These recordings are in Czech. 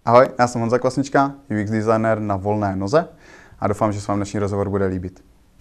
Ahoj, já jsem Honza Kvasnička, UX designer na volné noze a doufám, že se vám dnešní rozhovor bude líbit.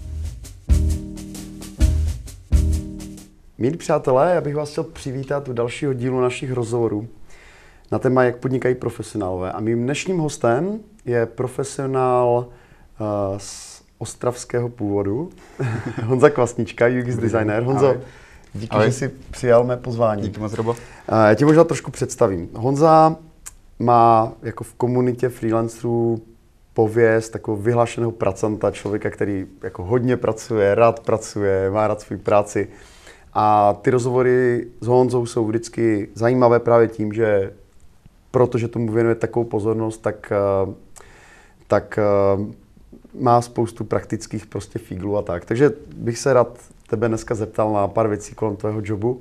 Milí přátelé, já bych vás chtěl přivítat u dalšího dílu našich rozhovorů na téma, jak podnikají profesionálové. A mým dnešním hostem je profesionál z ostravského původu, Honza Kvasnička, UX designer. Honzo, díky, že jsi přijal mé pozvání. Díky moc, Robo. Já tě možná trošku představím. Honza má jako v komunitě freelancerů pověst takového vyhlášeného pracanta, člověka, který jako hodně pracuje, rád pracuje, má rád svou práci. A ty rozhovory s Honzou jsou vždycky zajímavé právě tím, že protože tomu věnuje takovou pozornost, tak má spoustu praktických prostě fíglů a tak. Takže bych se rád tebe dneska zeptal na pár věcí kolem tvého jobu.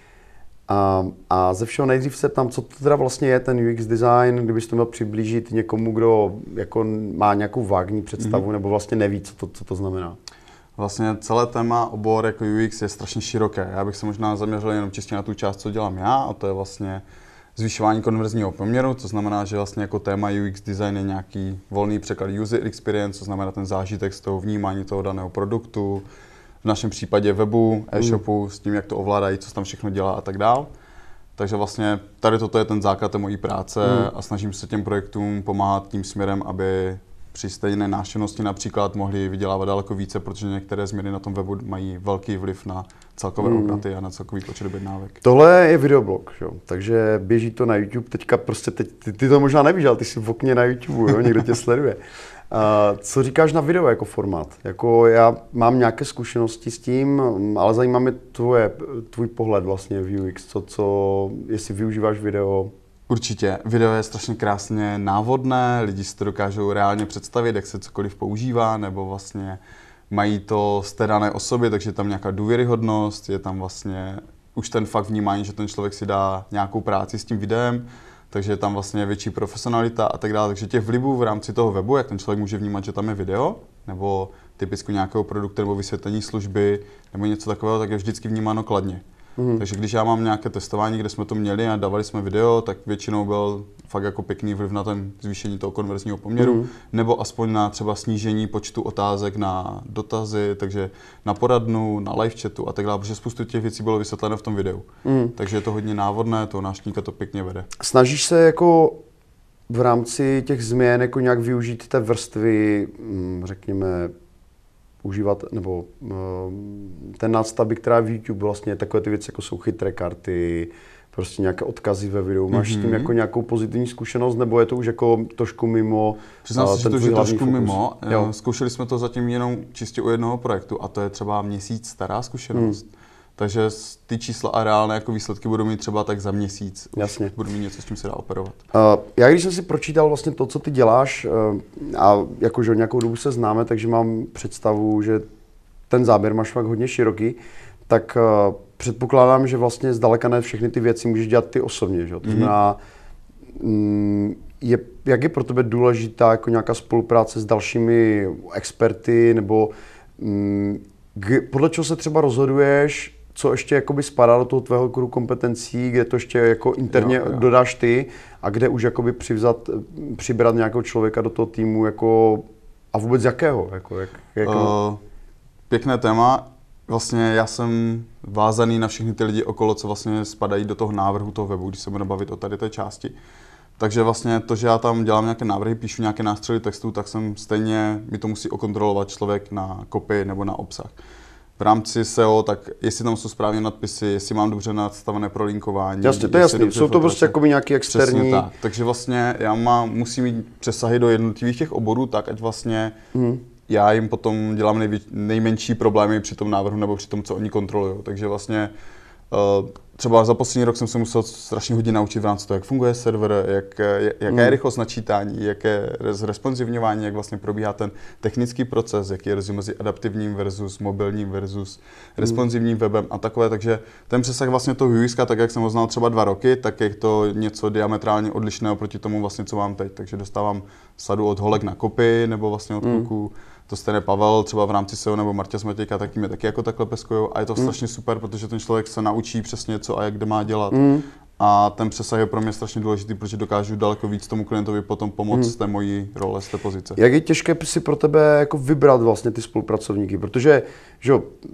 A ze všeho nejdřív se ptám, co to teda vlastně je ten UX design, kdybys to měl přiblížit někomu, kdo jako má nějakou vágní představu nebo vlastně neví, co to znamená. Vlastně celé téma obor jako UX je strašně široké. Já bych se možná zaměřil jenom čistě na tu část, co dělám já, a to je vlastně zvyšování konverzního poměru, to znamená, že vlastně jako téma UX design je nějaký volný překlad user experience, to znamená ten zážitek z toho vnímání toho daného produktu, v našem případě webu, e-shopu, s tím, jak to ovládají, co se tam všechno dělá a tak dál. Takže vlastně tady toto je ten základ té mojí práce a snažím se těm projektům pomáhat tím směrem, aby při stejné návštěvnosti například mohli vydělávat daleko více, protože některé změny na tom webu mají velký vliv na celkové obraty a na celkový počet objednávek. Tohle je videoblog, jo? Takže běží to na YouTube. Teďka prostě ty to možná nevíš, ale ty jsi v okně na YouTube, jo? Někdo tě sleduje. Co říkáš na video jako formát? Jako já mám nějaké zkušenosti s tím, ale zajímá mě tvůj pohled vlastně v UX, jestli využíváš video. Určitě. Video je strašně krásně návodné, lidi si to dokážou reálně představit, jak se cokoliv používá, nebo vlastně mají to z té dané osoby, takže je tam nějaká důvěryhodnost, je tam vlastně už ten fakt vnímání, že ten člověk si dá nějakou práci s tím videem, takže je tam vlastně větší profesionalita a tak dále. Takže těch vlivů v rámci toho webu, jak ten člověk může vnímat, že tam je video, nebo typicky nějakého produktu nebo vysvětlení služby, nebo něco takového, tak je vždycky vnímáno kladně. Takže když já mám nějaké testování, kde jsme to měli a dávali jsme video, tak většinou byl fakt jako pěkný vliv na ten zvýšení toho konverzního poměru, nebo aspoň na třeba snížení počtu otázek na dotazy, takže na poradnu, na live chatu a tak dále, protože spoustu těch věcí bylo vysvětleno v tom videu. Takže je to hodně návodné, toho návštěvníka to pěkně vede. Snažíš se jako v rámci těch změn jako nějak využít té vrstvy, řekněme, užívat, nebo ten nadstavby, která je v YouTube, vlastně takové ty věci, jako jsou chytré karty, prostě nějaké odkazy ve videu. Máš s tím jako nějakou pozitivní zkušenost, nebo je to už jako trošku mimo? Přiznám se, že to už je trošku fokus? Mimo. Zkoušeli jsme to zatím jenom čistě u jednoho projektu a to je třeba měsíc stará zkušenost. Takže ty čísla a reálné jako výsledky budou mít třeba tak za měsíc. Jasně. Budu mít něco, s čím se dá operovat. Já když jsem si pročítal vlastně to, co ty děláš, a jakože nějakou dobu se známe, takže mám představu, že ten záběr máš fakt hodně široký, tak předpokládám, že vlastně zdaleka ne všechny ty věci můžeš dělat ty osobně. Že? To znamená, jak je pro tebe důležitá jako nějaká spolupráce s dalšími experty, nebo podle čeho se třeba rozhoduješ, co ještě jakoby spadá do toho tvého kruhu kompetencí, kde to ještě jako interně dodáš ty a kde už jakoby přibrat nějakého člověka do toho týmu jako, a vůbec jakého? Pěkné téma. Vlastně já jsem vázaný na všechny ty lidi okolo, co vlastně spadají do toho návrhu toho webu, když se budeme bavit o tady té části. Takže vlastně to, že já tam dělám nějaké návrhy, píšu nějaké nástřely textů, tak jsem stejně, mi to musí okontrolovat člověk na copy nebo na obsah. V rámci SEO, tak jestli tam jsou správně nadpisy, jestli mám dobře nastavené prolinkování. Jasně, to je jasný. Jsou to prostě jakoby nějaký externí. Přesně tak. Takže vlastně já musím mít přesahy do jednotlivých těch oborů, tak ať vlastně já jim potom dělám nejmenší problémy při tom návrhu nebo při tom, co oni kontrolují. Takže vlastně třeba za poslední rok jsem se musel strašně hodně naučit v rámci toho, jak funguje server, jaká je rychlost načítání, jaké je responsivňování, jak vlastně probíhá ten technický proces, jaký je rozdíl mezi adaptivním versus mobilním versus responsivním webem a takové. Takže ten přesah vlastně toho UX, tak jak jsem ho znal třeba 2 roky, tak je to něco diametrálně odlišného proti tomu vlastně, co mám teď. Takže dostávám sadu od holek na copy nebo vlastně od kluků. To stejné Pavel třeba v rámci SEO nebo Marta Smatějka, tak tím je taky jako takhle peskujou a je to strašně super, protože ten člověk se naučí přesně co a jak kde má dělat. a ten přesah je pro mě strašně důležitý, protože dokážu daleko víc tomu klientovi potom pomoct z té mojí role, z té pozice. Jak je těžké si pro tebe jako vybrat vlastně ty spolupracovníky, protože že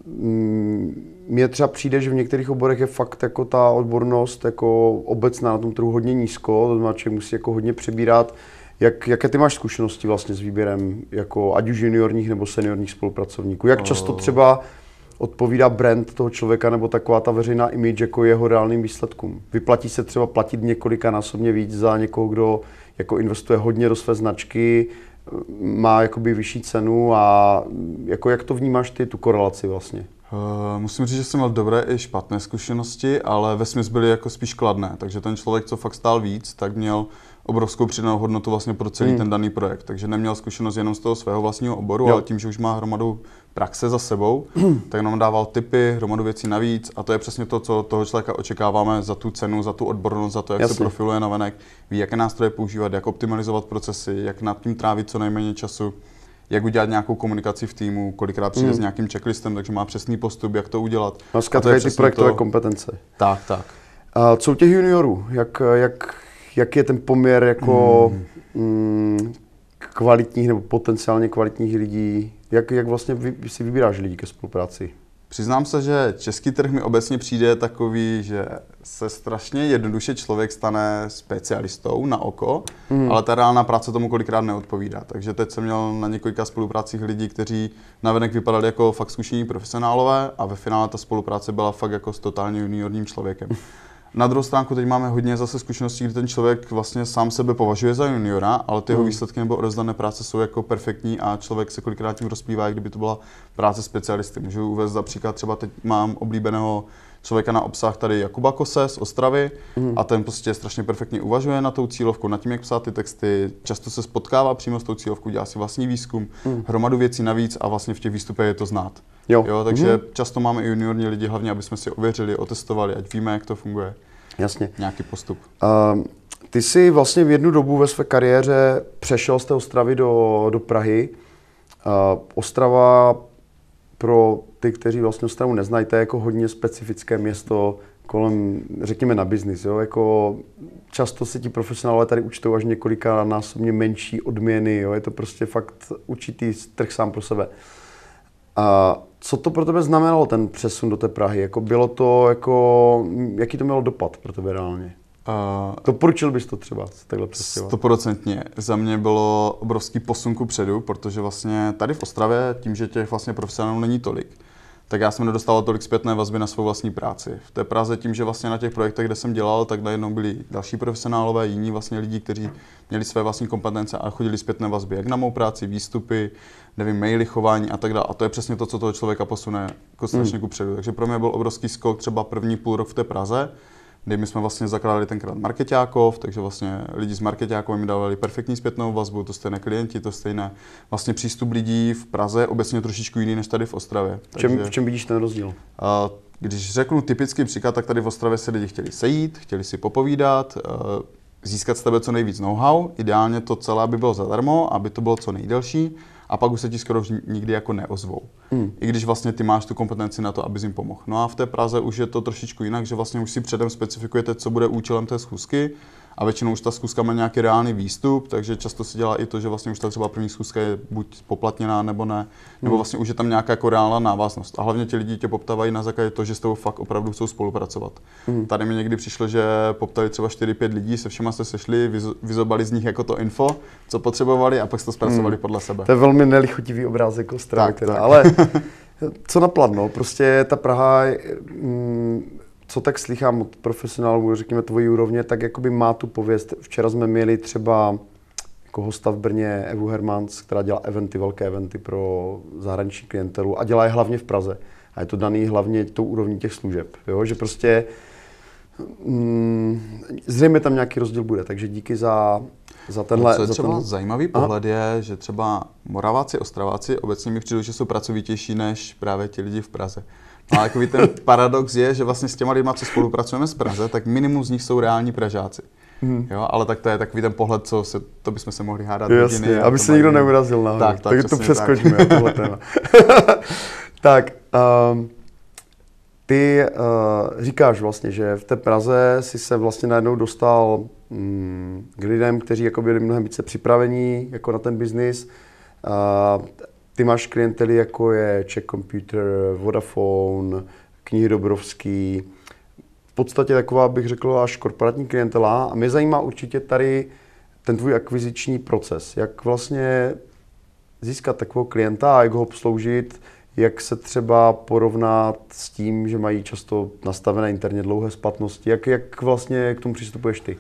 mně třeba přijde, že v některých oborech je fakt jako ta odbornost jako obecná na tom trhu hodně nízko, to znamená, že musí jako hodně přebírat. Jaké ty máš zkušenosti vlastně s výběrem jako ať už juniorních nebo seniorních spolupracovníků? Jak často třeba odpovídá brand toho člověka nebo taková ta veřejná image jako jeho reálným výsledkům? Vyplatí se třeba platit několikanásobně víc za někoho, kdo jako investuje hodně do své značky, má jakoby vyšší cenu a jako jak to vnímáš ty, tu korelaci vlastně? Musím říct, že jsem měl dobré i špatné zkušenosti, ale vesměs byly jako spíš kladné, takže ten člověk, co fakt stál víc, tak měl obrovskou přidanou hodnotu vlastně pro celý ten daný projekt, takže neměl zkušenost jenom z toho svého vlastního oboru, ale tím, že už má hromadu praxe za sebou, tak nám dával tipy, hromadu věcí navíc a to je přesně to, co toho člověka očekáváme za tu cenu, za tu odbornost, za to, jak se profiluje navenek, ví, jaké nástroje používat, jak optimalizovat procesy, jak nad tím trávit co nejméně času, jak udělat nějakou komunikaci v týmu, kolikrát přijde s nějakým checklistem, takže má přesný postup, jak to udělat. No, zkrátka ty projektové kompetence. Tak. Co u těch juniorů? Jak je ten poměr jako kvalitních nebo potenciálně kvalitních lidí? Jak vlastně si vybíráš lidi ke spolupráci? Přiznám se, že český trh mi obecně přijde takový, že se strašně jednoduše člověk stane specialistou na oko, ale ta reálná práce tomu kolikrát neodpovídá. Takže teď jsem měl na několika spoluprácích lidí, kteří navenek vypadali jako fakt zkušení profesionálové a ve finále ta spolupráce byla fakt jako s totálně juniorním člověkem. Na druhou stránku teď máme hodně zase zkušeností, kdy ten člověk vlastně sám sebe považuje za juniora, ale ty jeho výsledky nebo odevzdané práce jsou jako perfektní a člověk se kolikrát tím rozplývá, kdyby to byla práce specialisty. Můžu uvést například třeba teď mám oblíbeného člověka na obsah tady Jakuba Kose z Ostravy a ten prostě strašně perfektně uvažuje na tou cílovku, nad tím, jak psát ty texty, často se potkává přímo s tou cílovkou, dělá si vlastní výzkum, hromadu věcí navíc a vlastně v těch výstupech je to znát. Jo, takže často máme i juniorní lidi, hlavně aby jsme si ověřili, otestovali, ať víme, jak to funguje. Jasně. Nějaký postup. Ty jsi vlastně v jednu dobu ve své kariéře přešel z té Ostravy do Prahy. Ostrava, pro ty, kteří vlastně Ostravu neznají, to je jako hodně specifické město kolem, řekněme, na biznis. Jo? Jako často se ti profesionálové tady účtou až několika násobně menší odměny. Jo? Je to prostě fakt určitý trh sám pro sebe. Co to pro tebe znamenalo, ten přesun do té Prahy? Jako bylo to, jako, jaký to mělo dopad pro tebe reálně? Doporučil bys to třeba takhle přestěhovat? 100%. Za mě bylo obrovský posun kupředu, protože vlastně tady v Ostravě, tím, že těch vlastně profesionálů není tolik, tak já jsem nedostával tolik zpětné vazby na svou vlastní práci. V té Praze tím, že vlastně na těch projektech, kde jsem dělal, tak najednou byli další profesionálové, jiní vlastně lidi, kteří měli své vlastní kompetence a chodili zpětné vazby jak na mou práci, výstupy, nevím, maily, chování a tak dále. A to je přesně to, co toho člověka posune jako strašně kupředu. Takže pro mě byl obrovský skok třeba první půl rok v té Praze, kdy my jsme vlastně zakládali tenkrát Markeťákov, takže vlastně lidi z Markeťákova mi dávali perfektní zpětnou vazbu, to stejné klienti, to stejné vlastně přístup lidí v Praze obecně trošičku jiný než tady v Ostravě. V čem vidíš ten rozdíl? Když řeknu typický příklad, tak tady v Ostravě se lidi chtěli sejít, chtěli si popovídat, získat z tebe co nejvíc know-how, ideálně to celé, aby bylo zadarmo, aby to bylo co nejdelší a pak už se ti skoro nikdy jako neozvou. I když vlastně ty máš tu kompetenci na to, abys jim pomohl. No a v té Praze už je to trošičku jinak, že vlastně už si předem specifikujete, co bude účelem té schůzky a většinou už ta schůzka má nějaký reálný výstup, takže často se dělá i to, že vlastně už ta třeba první schůzka je buď poplatněná nebo ne, nebo vlastně už je tam nějaká jako reálná návaznost. A hlavně ti lidi tě poptávají na základě toho, že s tebou fakt opravdu chcou spolupracovat. Tady mi někdy přišlo, že poptali třeba 4-5 lidí, se všema se sešli, vyzobali z nich jako to info, co potřebovali a pak to zpracovali podle sebe. To je velmi nelichotivý obrázek Ostravy teda, ale co napladno, prostě ta Praha, co tak slychám od profesionálů, řekněme tvojí úrovně, tak jakoby má tu pověst. Včera jsme měli třeba jako hosta v Brně Evu Hermans, která dělá eventy, velké eventy pro zahraniční klientelu a dělá je hlavně v Praze. A je to daný hlavně tou úrovní těch služeb, jo? Že prostě zřejmě tam nějaký rozdíl bude, takže díky za tenhle. Co je třeba zajímavý pohled je, že třeba Moraváci, Ostraváci obecně mi přijde, že jsou pracovitější než právě ti lidi v Praze. No, ale takový ten paradox je, že vlastně s těma lidma, co spolupracujeme z Praze, tak minimum z nich jsou reální Pražáci. Jo, ale tak to je takový ten pohled, to bychom se mohli hádat hodiny. Jasně, aby se nikdo neurazil náhodou. Tak to přeskočíme, tohle téma. Tak, Ty říkáš vlastně, že v té Praze si se vlastně najednou dostal k lidem, kteří jako byli mnohem více připravení jako na ten biznis. Ty máš klientely, jako je Czech Computer, Vodafone, knihy Dobrovský. V podstatě taková, bych řekl, až korporátní klientela. A mě zajímá určitě tady ten tvůj akviziční proces. Jak vlastně získat takového klienta a jak ho obsloužit, jak se třeba porovnat s tím, že mají často nastavené interně dlouhé splatnosti. Jak vlastně k tomu přistupuješ ty?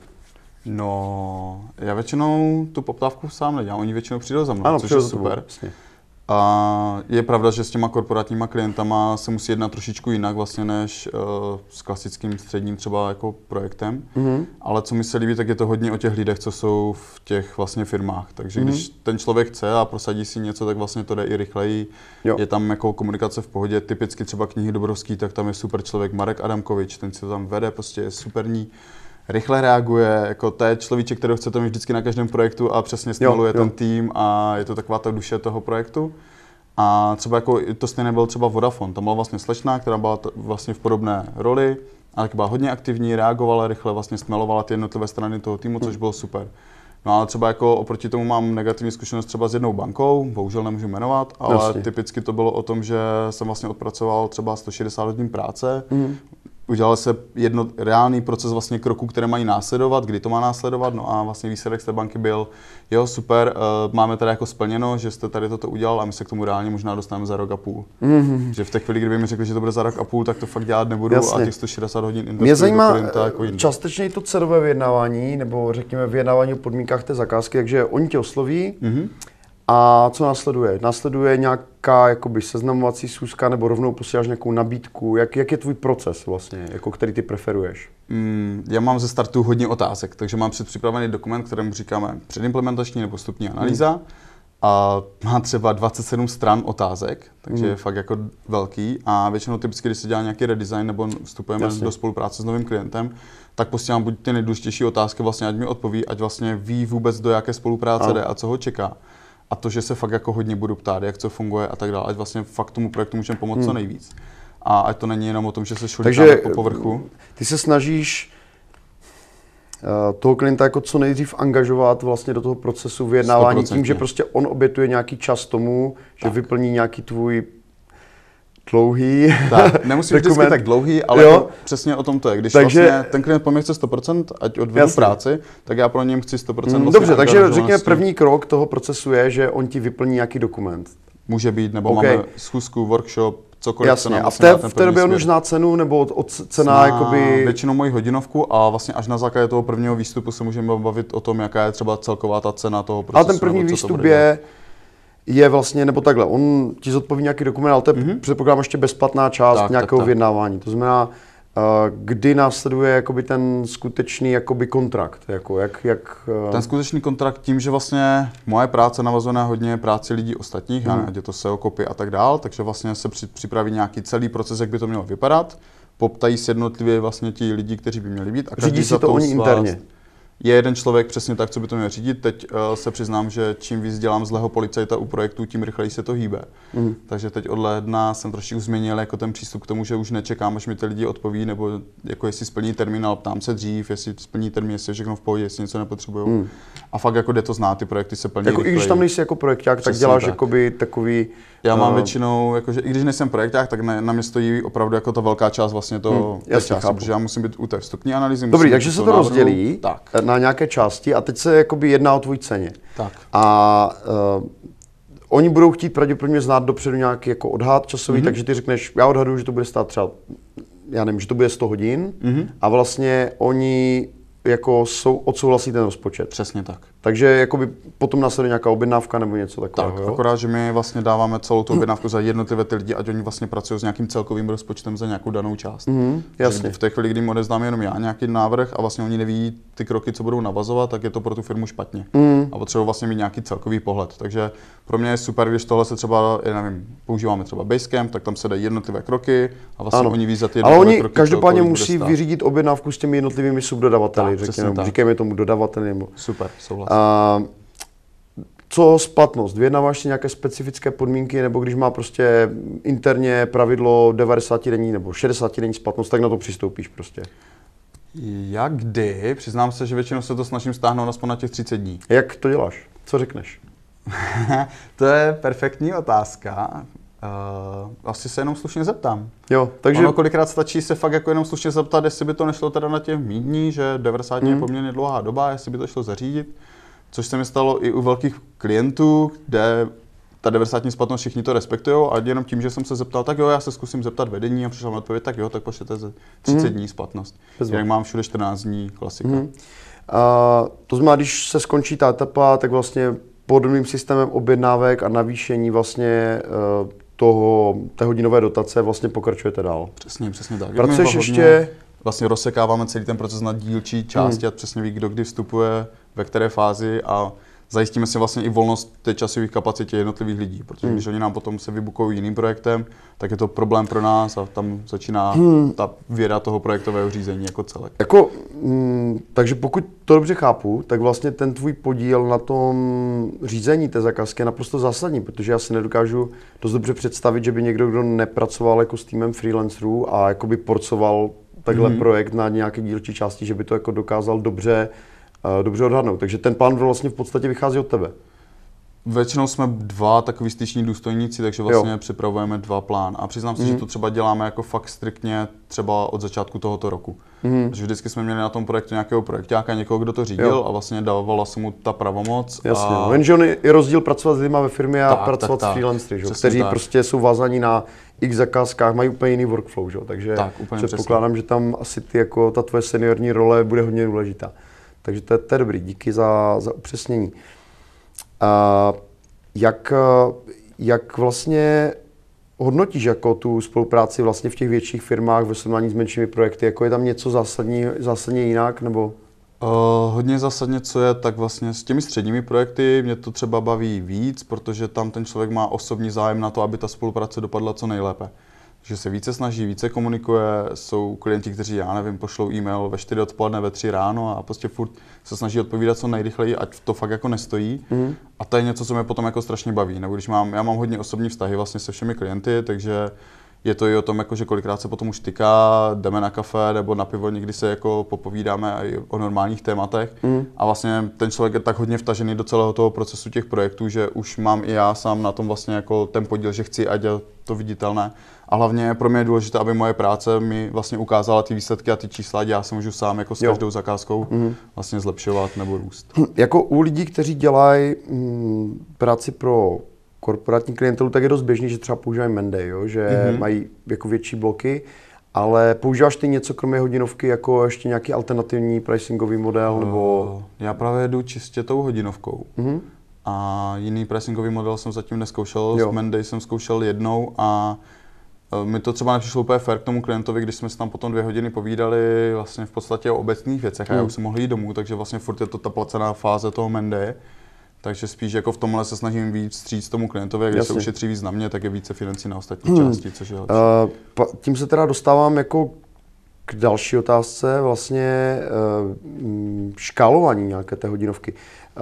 No, já většinou tu poptávku sám nedělám, oni většinou přijdou za mnou, ano, což je super. Vlastně. A je pravda, že s těma korporátníma klientama se musí jednat trošičku jinak vlastně než s klasickým středním třeba jako projektem. Ale co mi se líbí, tak je to hodně o těch lidech, co jsou v těch vlastně firmách. Takže když ten člověk chce a prosadí si něco, tak vlastně to jde i rychleji. Jo. Je tam jako komunikace v pohodě, typicky třeba knihy Dobrovský, tak tam je super člověk Marek Adamkovič, ten si to tam vede, prostě je superní. Rychle reaguje, jako to je človíček, kterého chcete mít vždycky na každém projektu a přesně stmeluje ten tým a je to taková ta duše toho projektu. A třeba jako to stejné byl třeba Vodafone, tam byla vlastně slečna, která byla vlastně v podobné roli, ale byla hodně aktivní, reagovala rychle, vlastně stmelovala ty jednotlivé strany toho týmu, což bylo super. No ale třeba jako oproti tomu mám negativní zkušenost třeba s jednou bankou, bohužel nemůžu jmenovat, ale typicky to bylo o tom, že jsem vlastně odpracoval třeba 160 hodin práce, udělal se reálný proces vlastně kroků, které mají následovat, kdy to má následovat, no a vlastně výsledek z té banky byl, jo super, máme tady jako splněno, že jste tady toto udělal a my se k tomu reálně možná dostaneme za rok a půl. Že v té chvíli, kdyby mi řekli, že to bude za rok a půl, tak to fakt dělat nebudu. Jasně. A těch 160 hodin investuji do klienta jako jinde. Částečně to cenové vyjednávání, nebo řekněme vyjednávání o podmínkách té zakázky, takže oni tě osloví. A co následuje? Následuje nějaká jakoby seznamovací schůzka nebo rovnou posíláš nějakou nabídku? Jak je tvůj proces vlastně, jako který ty preferuješ? Já mám ze startu hodně otázek, takže mám předpřipravený dokument, kterému říkáme předimplementační nebo vstupní analýza. A má třeba 27 stran otázek, takže je fakt jako velký. A většinou typicky, když se dělá nějaký redesign nebo vstupujeme do spolupráce s novým klientem, tak posílám buď ty nejdůležitější otázky, vlastně ať mi odpoví, ať vlastně ví vůbec, do jaké spolupráce jde a co ho čeká. A to, že se fakt jako hodně budu ptát, jak to funguje a tak dále, ať vlastně fakt tomu projektu můžeme pomoct co nejvíc. A ať to není jenom o tom, že se šulikáme po povrchu. Ty se snažíš toho klienta jako co nejdřív angažovat vlastně do toho procesu vyjednávání 100%. Tím, že prostě on obětuje nějaký čas tomu, že vyplní nějaký tvůj dlouhý nemusí vždycky tak dlouhý, ale to přesně o tom to je. Když vlastně ten klient po mně chce 100%, ať odvedu práci, tak já pro něm chci 100% vlastně dobře, takže řekněme první krok toho procesu je, že on ti vyplní nějaký dokument. Může být, nebo máme schůzku, workshop, cokoliv. Jasně, a v té době on už zná cenu, nebo cena jakoby... Většinou moji hodinovku a vlastně až na základě toho prvního výstupu se můžeme bavit o tom, jaká je třeba celková ta cena toho procesu. Ale ten první výstup je vlastně, nebo takhle, on ti zodpoví nějaký dokument, ale to je předpokládám ještě bezplatná část nějakého vyjednávání. To znamená, kdy následuje jakoby ten skutečný jakoby kontrakt? Ten skutečný kontrakt tím, že vlastně moje práce navazuje na hodně práci lidí ostatních, ať je to SEO, copy a tak dál, takže vlastně se připraví nějaký celý proces, jak by to mělo vypadat, poptají se jednotlivě vlastně ti lidi, kteří by měli být. A každý řídí si to oni interně? Je jeden člověk přesně tak, co by to měl řídit. Teď se přiznám, že čím víc dělám zlého policajta u projektu, tím rychleji se to hýbe. Takže teď od ledna jsem trošku změnil jako ten přístup k tomu, že už nečekám, až mi ty lidi odpoví, nebo jako jestli splní termín, ale ptám se dřív, jestli splní termín, jestli je všechno v pohodě, jestli něco nepotřebují. A fakt jako jde to znát, ty projekty se plní rychleji. I když tam nejsi jako projekták, tak děláš jakoby takový... Já mám většinou, jakože, i když nejsem projekták, tak na mě stojí opravdu jako ta velká část vlastně toho času, protože já musím být u té vstupní analýzy. Dobrý, takže se to rozdělí na nějaké části a teď se jakoby jedná o tvojí ceně. Tak. A oni budou chtít pravděpodobně znát dopředu nějaký jako odhad časový, takže ty řekneš, já odhaduju, že to bude stát třeba, já nevím, že to bude 100 hodin a vlastně oni jako odsouhlasí ten rozpočet. Přesně tak. Takže jakoby potom následuje nějaká objednávka nebo něco takového. Tak, akorát, že my vlastně dáváme celou tu objednávku za jednotlivé ty lidi, ať oni vlastně pracují s nějakým celkovým rozpočtem za nějakou danou část. Jasně. V té chvíli, kdy jim odeznám jenom já nějaký návrh a vlastně oni neví ty kroky, co budou navazovat, tak je to pro tu firmu špatně. A potřebují vlastně mít nějaký celkový pohled. Takže pro mě je super, když tohle se třeba, já nevím, používáme třeba Basecamp, tak tam se dají jednotlivé kroky a vlastně oni ví za ty jednotlivé kroky. Ale oni každopádně co, musí vyřídit objednávku s těmi jednotlivými subdodavateli, říkáme tomu dodavateli. Super, souhlas. Co splatnost? Vyjednáváš si nějaké specifické podmínky, nebo když má prostě interně pravidlo 90-denní nebo 60-denní splatnost, tak na to přistoupíš prostě? Jak kdy? Přiznám se, že většinou se to snažím stáhnout aspoň na těch 30 dní. Jak to děláš? Co řekneš? To je perfektní otázka. Asi se jenom slušně zeptám. Jo, takže... Ono kolikrát stačí se fakt jako jenom slušně zeptat, jestli by to nešlo teda na těch míň dní, že 90 dní je poměrně dlouhá doba, jestli by to šlo zařídit. Což se mi stalo i u velkých klientů, kde ta 90 splatnost všichni to respektují a jenom tím, že jsem se zeptal, tak jo, já se zkusím zeptat vedení a přišel mi odpověď, tak jo, tak pošlete za 30 dní splatnost. Jak mám všude 14 dní, klasika. To znamená, když se skončí ta etapa, tak vlastně podobným systémem objednávek a navýšení vlastně té hodinové dotace vlastně pokračujete dál. Přesně tak. Pracuješ ještě... Vlastně rozsekáváme celý ten proces na dílčí části a přesně ví, kdo kdy vstupuje, ve které fázi a zajistíme si vlastně i volnost té časových kapacitě jednotlivých lidí, protože když oni nám potom se vybukují jiným projektem, tak je to problém pro nás a tam začíná ta věda toho projektového řízení jako celek. Takže pokud to dobře chápu, tak vlastně ten tvůj podíl na tom řízení té zakázky je naprosto zásadní, protože já si nedokážu dost dobře představit, že by někdo, kdo nepracoval jako s týmem freelancerů a jakoby porcoval takhle projekt na nějaké dílčí části, že by to jako dokázal dobře odhadnout. Takže ten plán vlastně v podstatě vychází od tebe. Většinou jsme dva takový styční důstojníci, takže vlastně připravujeme dva plán. A přiznám se, že to třeba děláme jako fakt striktně třeba od začátku tohoto roku. Takže vždycky jsme měli na tom projektu nějakého projektáka, někoho, kdo to řídil a vlastně dávala se mu ta pravomoc. Jasně, jenže on je rozdíl pracovat s lidma ve firmě a pracovat s freelancery, kteří prostě jsou vázaní na x zakázkách, mají úplně jiný workflow, že? Takže předpokládám, že tam asi ta tvoje seniorní role bude hodně důležitá. Takže to je dobrý, díky za upřesnění. Jak vlastně hodnotíš jako tu spolupráci vlastně v těch větších firmách ve srovnání s menšími projekty? Jako je tam něco zásadně jinak, nebo? Hodně zásadně, co je, tak vlastně s těmi středními projekty mě to třeba baví víc, protože tam ten člověk má osobní zájem na to, aby ta spolupráce dopadla co nejlépe. Že se více snaží, více komunikuje, jsou klienti, kteří, já nevím, pošlou e-mail ve 4 odpoledne, ve 3 ráno a prostě furt se snaží odpovídat co nejrychleji, ať to fakt jako nestojí. A to je něco, co mě potom jako strašně baví. Nebo když já mám hodně osobní vztahy vlastně se všemi klienty, takže je to i o tom, jako, že kolikrát se potom už tyká, jdeme na kafe nebo na pivo, někdy se jako popovídáme i o normálních tématech. A vlastně ten člověk je tak hodně vtažený do celého toho procesu těch projektů, že už mám i já sám na tom vlastně jako ten podíl, že chci, ať je to viditelné. A hlavně pro mě je důležité, aby moje práce mi vlastně ukázala ty výsledky a ty čísla, ať já se můžu sám jako s každou zakázkou vlastně zlepšovat nebo růst. Jako u lidí, kteří dělají práci pro korporátní klientelu, tak je dost běžný, že třeba používají Monday, jo? Že mají jako větší bloky, ale používáš ty něco kromě hodinovky jako ještě nějaký alternativní pricingový model? Nebo... Já právě jdu čistě tou hodinovkou. A jiný pricingový model jsem zatím neskoušel, s Monday jsem zkoušel jednou a mi to třeba nepřišlo úplně fair k tomu klientovi, když jsme se tam potom 2 hodiny povídali vlastně v podstatě o obecných věcech a já už jsem mohl jít domů, takže vlastně furt je to ta placená fáze toho Monday. Takže spíš jako v tomhle se snažím víc vstříct tomu klientovi, a když se ušetří víc na mě, tak je více financí na ostatní části, což je tím se teda dostávám jako k další otázce, vlastně škálování nějaké té hodinovky.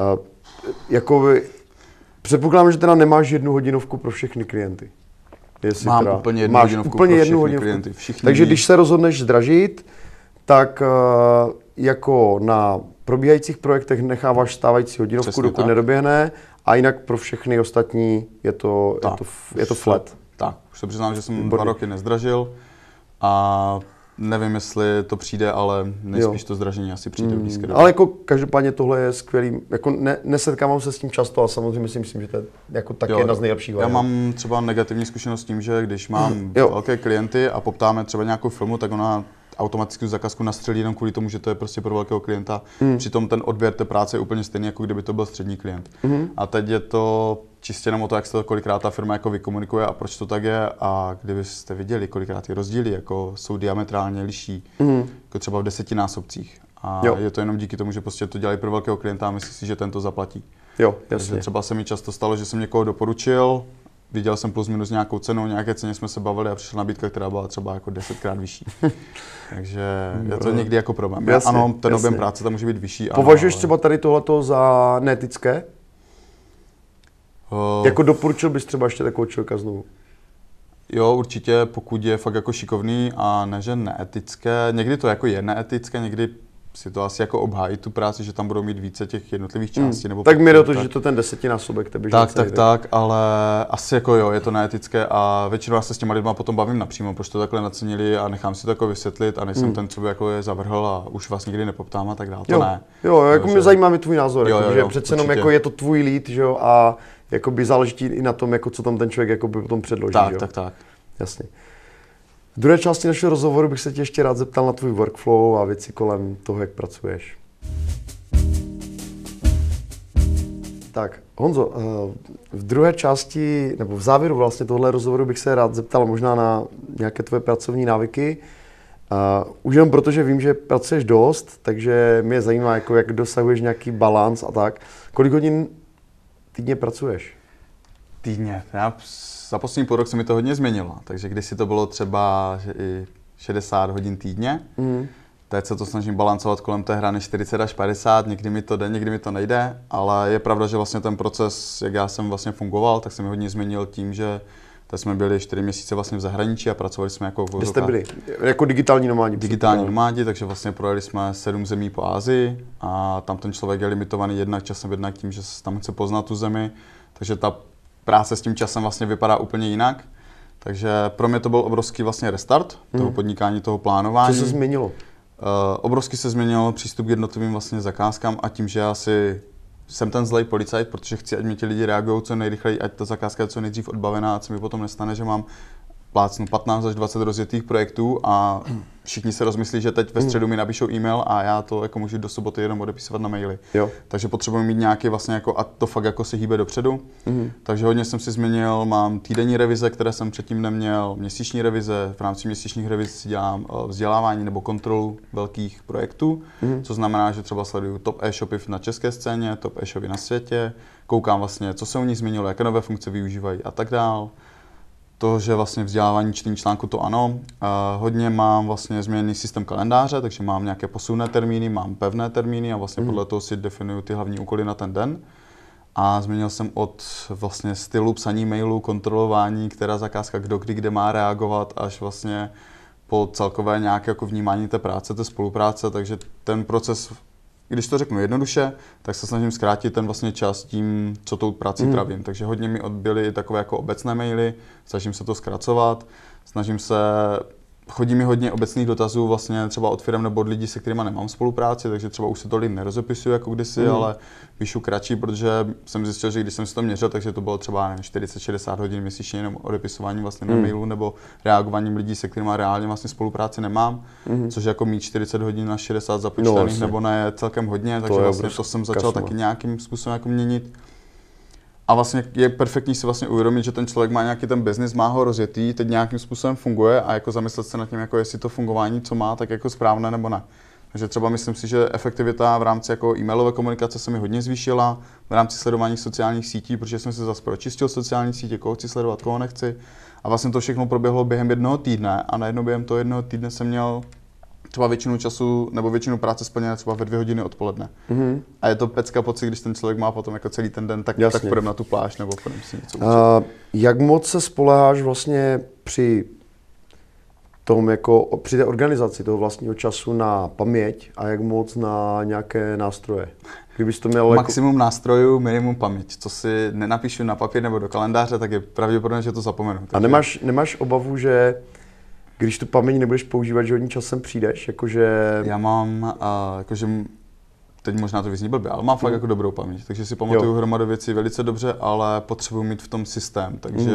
Předpokládám, že teda nemáš jednu hodinovku pro všechny klienty. Mám úplně jednu hodinovku pro všechny klienty. Takže když se rozhodneš zdražit, tak jako na probíhajících projektech necháváš stávající hodinovku, přesně dokud nedoběhne, a jinak pro všechny ostatní je to flat. Tak, už se přiznám, že jsem 2 roky nezdražil a nevím, jestli to přijde, ale nejspíš to zdražení asi přijde v blízké době. Ale jako každopádně tohle je skvělý, jako nesetkávám se s tím často a samozřejmě si myslím, že to je jako taky jedna z nejlepších variant. Já mám třeba negativní zkušenost s tím, že když mám velké klienty a poptáme třeba nějakou firmu, tak ona automaticky zakázku nastřelí jenom kvůli tomu, že to je prostě pro velkého klienta. Přitom ten odběr té práce je úplně stejný, jako kdyby to byl střední klient. A teď je to čistě jenom o to, jak se to kolikrát ta firma jako vykomunikuje a proč to tak je. A kdybyste viděli, kolikrát ty rozdíly jako jsou diametrálně liší, jako třeba v 10násobcích. A je to jenom díky tomu, že prostě to dělají pro velkého klienta a myslí si, že ten to zaplatí. Takže třeba se mi často stalo, že jsem někoho doporučil, viděl jsem plus minus nějakou cenu, nějaké ceně jsme se bavili a přišla nabídka, která byla třeba jako 10krát vyšší. Takže je to někdy jako problém. Ano, ten objem práce tam může být vyšší. Považuješ třeba tady tohleto za neetické? Jako doporučil bys třeba ještě takového člověka znovu? Jo, určitě, pokud je fakt jako šikovný a ne, že neetické. Někdy to jako je neetické, někdy si to asi jako obhájí tu práci, že tam budou mít více těch jednotlivých částí. Nebo tak mi to, že to ten 10násobek tebe. Tak, ale asi jako jo, je to neetické a většinou já se s těma lidma potom bavím napřímo, proč to takhle nacenili a nechám si to jako vysvětlit a nejsem ten, co by jako je zavrhl a už vás nikdy nepoptám a tak dále. To ne. Jo, jako mě zajímá mi tvůj názor, jo, že přece jenom jako je to tvůj lead, že jo, a jakoby záleží i na tom, jako co tam ten člověk jakoby potom předloží. Tak. Jasně. V druhé části našeho rozhovoru bych se tě ještě rád zeptal na tvůj workflow a věci kolem toho, jak pracuješ. Tak, Honzo, v druhé části, nebo v závěru vlastně tohle rozhovoru bych se rád zeptal možná na nějaké tvoje pracovní návyky. Už jenom proto, že vím, že pracuješ dost, takže mě zajímá, jako jak dosahuješ nějaký balans a tak. Kolik hodin týdně pracuješ? Týdně. Za poslední půl rok se mi to hodně změnilo, takže kdysi to bylo třeba že i 60 hodin týdně. Teď se to snažím balancovat kolem té hrany 40 až 50, někdy mi to jde, někdy mi to nejde, ale je pravda, že vlastně ten proces, jak já jsem vlastně fungoval, tak se mi hodně změnil tím, že teď jsme byli 4 měsíce vlastně v zahraničí a pracovali jsme jako Kde jste byli? Jako digitální nomádi? Digitální nomádi, takže vlastně projeli jsme 7 zemí po Asii a tam ten člověk je limitovaný jednak časem, jednak tím, že se tam chce poznat tu zemi, takže ta práce s tím časem vlastně vypadá úplně jinak. Takže pro mě to byl obrovský vlastně restart toho podnikání, toho plánování. Co se změnilo? Obrovsky se změnil přístup k jednotlivým vlastně zakázkám a tím, že já jsem ten zlej policajt, protože chci, ať mě ti lidi reagují co nejrychleji, ať ta zakázka je co nejdřív odbavená, ať se mi potom nestane, že mám plácnu 15 až 20 rozjetých projektů a všichni se rozmyslí, že teď ve středu mi napíšou e-mail a já to jako můžu do soboty jenom odepisovat na maily. Jo. Takže potřebuji mít nějaký vlastně jako a to fakt jako se hýbe dopředu. Takže hodně jsem si změnil, mám týdenní revize, které jsem předtím neměl, měsíční revize, v rámci měsíčních reviz si dělám vzdělávání nebo kontrolu velkých projektů, co znamená, že třeba sleduju top e-shopy na české scéně, top e-shopy na světě, koukám vlastně, co se u nich změnilo, jaké nové funkce využívají a tak dál. To, že vlastně vzdělávání čtení článku, to ano. Hodně mám vlastně změněný systém kalendáře, takže mám nějaké posunné termíny, mám pevné termíny a vlastně podle toho si definuju ty hlavní úkoly na ten den. A změnil jsem od vlastně stylu psaní mailů, kontrolování, která zakázka kdo kdy kde má reagovat, až vlastně po celkové nějaké jako vnímání té práce, té spolupráce, takže ten proces, když to řeknu jednoduše, tak se snažím zkrátit ten vlastně čas tím, co tou prací trávím. Takže hodně mi odbyly takové jako obecné maily, snažím se to zkracovat, chodí mi hodně obecných dotazů vlastně třeba od firem nebo od lidí, se kterými nemám spolupráci, takže třeba už se to lidi nerozepisuju jako kdysi, ale píšu kratší, protože jsem zjistil, že když jsem si to měřil, takže to bylo třeba 40-60 hodin měsíčně jenom odepisování vlastně na mailu nebo reagováním lidí, se kterými reálně vlastně spolupráci nemám, což jako mít 40 hodin na 60 započítaných nebo ne je celkem hodně, takže vlastně to jsem začal taky nějakým způsobem jako měnit. A vlastně je perfektní si vlastně uvědomit, že ten člověk má nějaký ten biznis, má ho rozjetý, teď nějakým způsobem funguje a jako zamyslet se nad tím, jako jestli to fungování, co má, tak jako správné nebo ne. Takže třeba myslím si, že efektivita v rámci jako e-mailové komunikace se mi hodně zvýšila, v rámci sledování sociálních sítí, protože jsem si zase pročistil sociální sítě, koho chci sledovat, koho nechci. A vlastně to všechno proběhlo během jednoho týdne a najednou během toho jednoho týdne jsem měl třeba většinu času nebo většinu práce splněné třeba ve 2 hodiny odpoledne. A je to pecka pocit, když ten člověk má potom jako celý ten den, tak půjdeme na tu pláž nebo půjdeme si něco učit. Jak moc se spoléháš vlastně při tom jako při té organizaci toho vlastního času na paměť a jak moc na nějaké nástroje? Kdybys to měl maximum nástrojů, minimum paměť. Co si nenapíšu na papír nebo do kalendáře, tak je pravděpodobné, že to zapomenu. Takže... A nemáš obavu, že když tu paměť nebudeš používat, že hodně časem přijdeš, jakože... Já mám, jakože, teď možná to vyzní blbě, ale mám fakt jako dobrou paměť, takže si pamatuju hromadu věcí velice dobře, ale potřebuji mít v tom systém, takže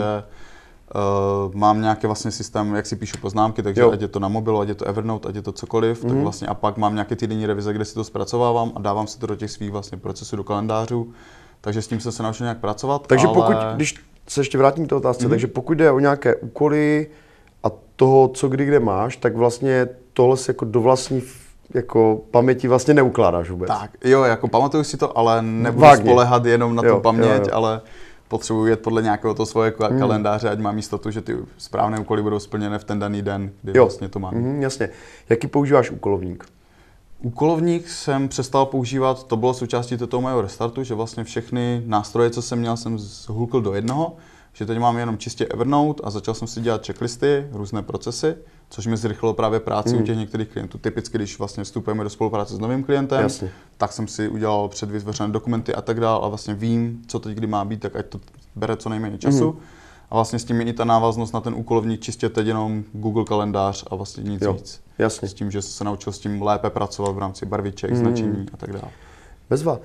mám nějaký vlastně systém, jak si píšu poznámky, takže ať je to na mobilu, ať je to Evernote, ať je to cokoliv, tak vlastně a pak mám nějaké týdenní revize, kde si to zpracovávám a dávám si to do těch svých vlastně procesů, do kalendářů, takže s tím jsem se naučil nějak pracovat. Takže pokud, když se ještě vrátím k té otázce, takže pokud jde o nějaké úkoly a toho, co kdy kde máš, tak vlastně tohle si jako do vlastní jako paměti vlastně neukládáš vůbec. Tak, jo, jako pamatuju si to, ale nebudu spoléhat jenom na tu paměť, ale potřebuji jet podle nějakého toho svého kalendáře, ať mám jistotu, že ty správné úkoly budou splněné v ten daný den, kdy vlastně to mám. Jasně. Jaký používáš úkolovník? Úkolovník jsem přestal používat, to bylo součástí toho mého restartu, že vlastně všechny nástroje, co jsem měl, jsem zhulkl do jednoho, že teď mám jenom čistě Evernote a začal jsem si dělat checklisty, různé procesy, což mi zrychlilo právě práci u těch některých klientů. Typicky, když vlastně vstupujeme do spolupráce s novým klientem, Jasně. tak jsem si udělal předvytvořené dokumenty a tak dále a vlastně vím, co teď kdy má být, tak ať to bere co nejméně času. A vlastně s tím je i ta návaznost na ten úkolovník, čistě teď jenom Google kalendář a vlastně nic víc. Jasně. S tím, že jsem se naučil s tím lépe pracovat v rámci barviček, značení a tak dále. Bezva.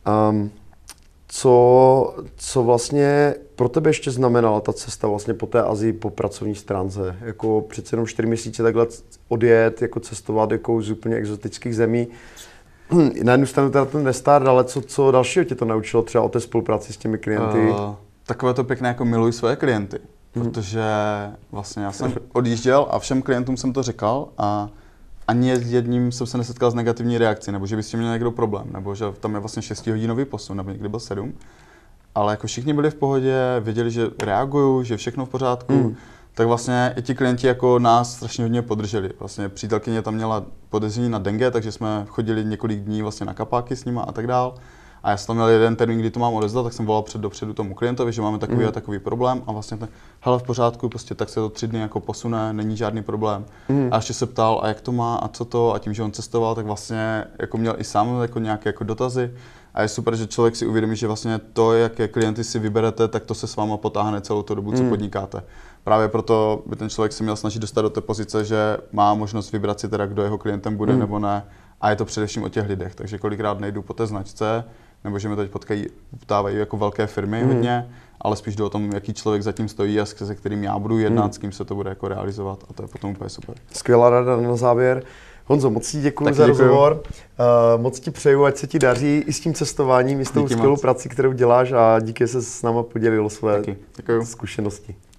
Co vlastně pro tebe ještě znamenala ta cesta vlastně po té Asii, po pracovní stránce? Jako přece jenom 4 měsíce takhle odjet, jako cestovat jako z úplně exotických zemí. Na jednu stranu teda ten restart, ale co dalšího tě to naučilo třeba o té spolupráci s těmi klienty? Takové to pěkné, jako miluji svoje klienty, protože vlastně já jsem odjížděl a všem klientům jsem to řekl a ani jedním jsem se nesetkal s negativní reakcí, nebo že by s tím měl někdo problém, nebo že tam je vlastně 6hodinový posun, nebo někdy byl 7. Ale jako všichni byli v pohodě, věděli, že reaguju, že všechno v pořádku, tak vlastně i ti klienti jako nás strašně hodně podrželi. Vlastně přítelkyně tam měla podezření na dengue, takže jsme chodili několik dní vlastně na kapáky s nima a tak dál. A já jsem tam měl jeden termín, kdy to mám odezdat, tak jsem volal dopředu tomu klientovi, že máme takový a takový problém a vlastně ten, hele, v pořádku, prostě tak se to 3 dny jako posune, není žádný problém. A ještě se ptal, a jak to má a co to, a tím, že on cestoval, tak vlastně jako měl i sám jako nějaké jako dotazy. A je super, že člověk si uvědomí, že vlastně to, jaké klienty si vyberete, tak to se s váma potáhne celou tu dobu, co podnikáte. Právě proto by ten člověk se měl snažit dostat do té pozice, že má možnost vybrat si teda, kdo jeho klientem bude nebo ne. A je to především o těch lidech, takže kolikrát nejdu po té značce, nebo že mi teď poptávají jako velké firmy hodně, ale spíš jde o tom, jaký člověk zatím stojí a se kterým já budu jednat, s kým se to bude jako realizovat a to je potom úplně super. Skvělá rada na závěr. Honzo, moc ti děkuji za rozhovor. Moc ti přeju, ať se ti daří i s tím cestováním, i s tou skvělou prací, kterou děláš a díky, že se s náma podělil o své zkušenosti.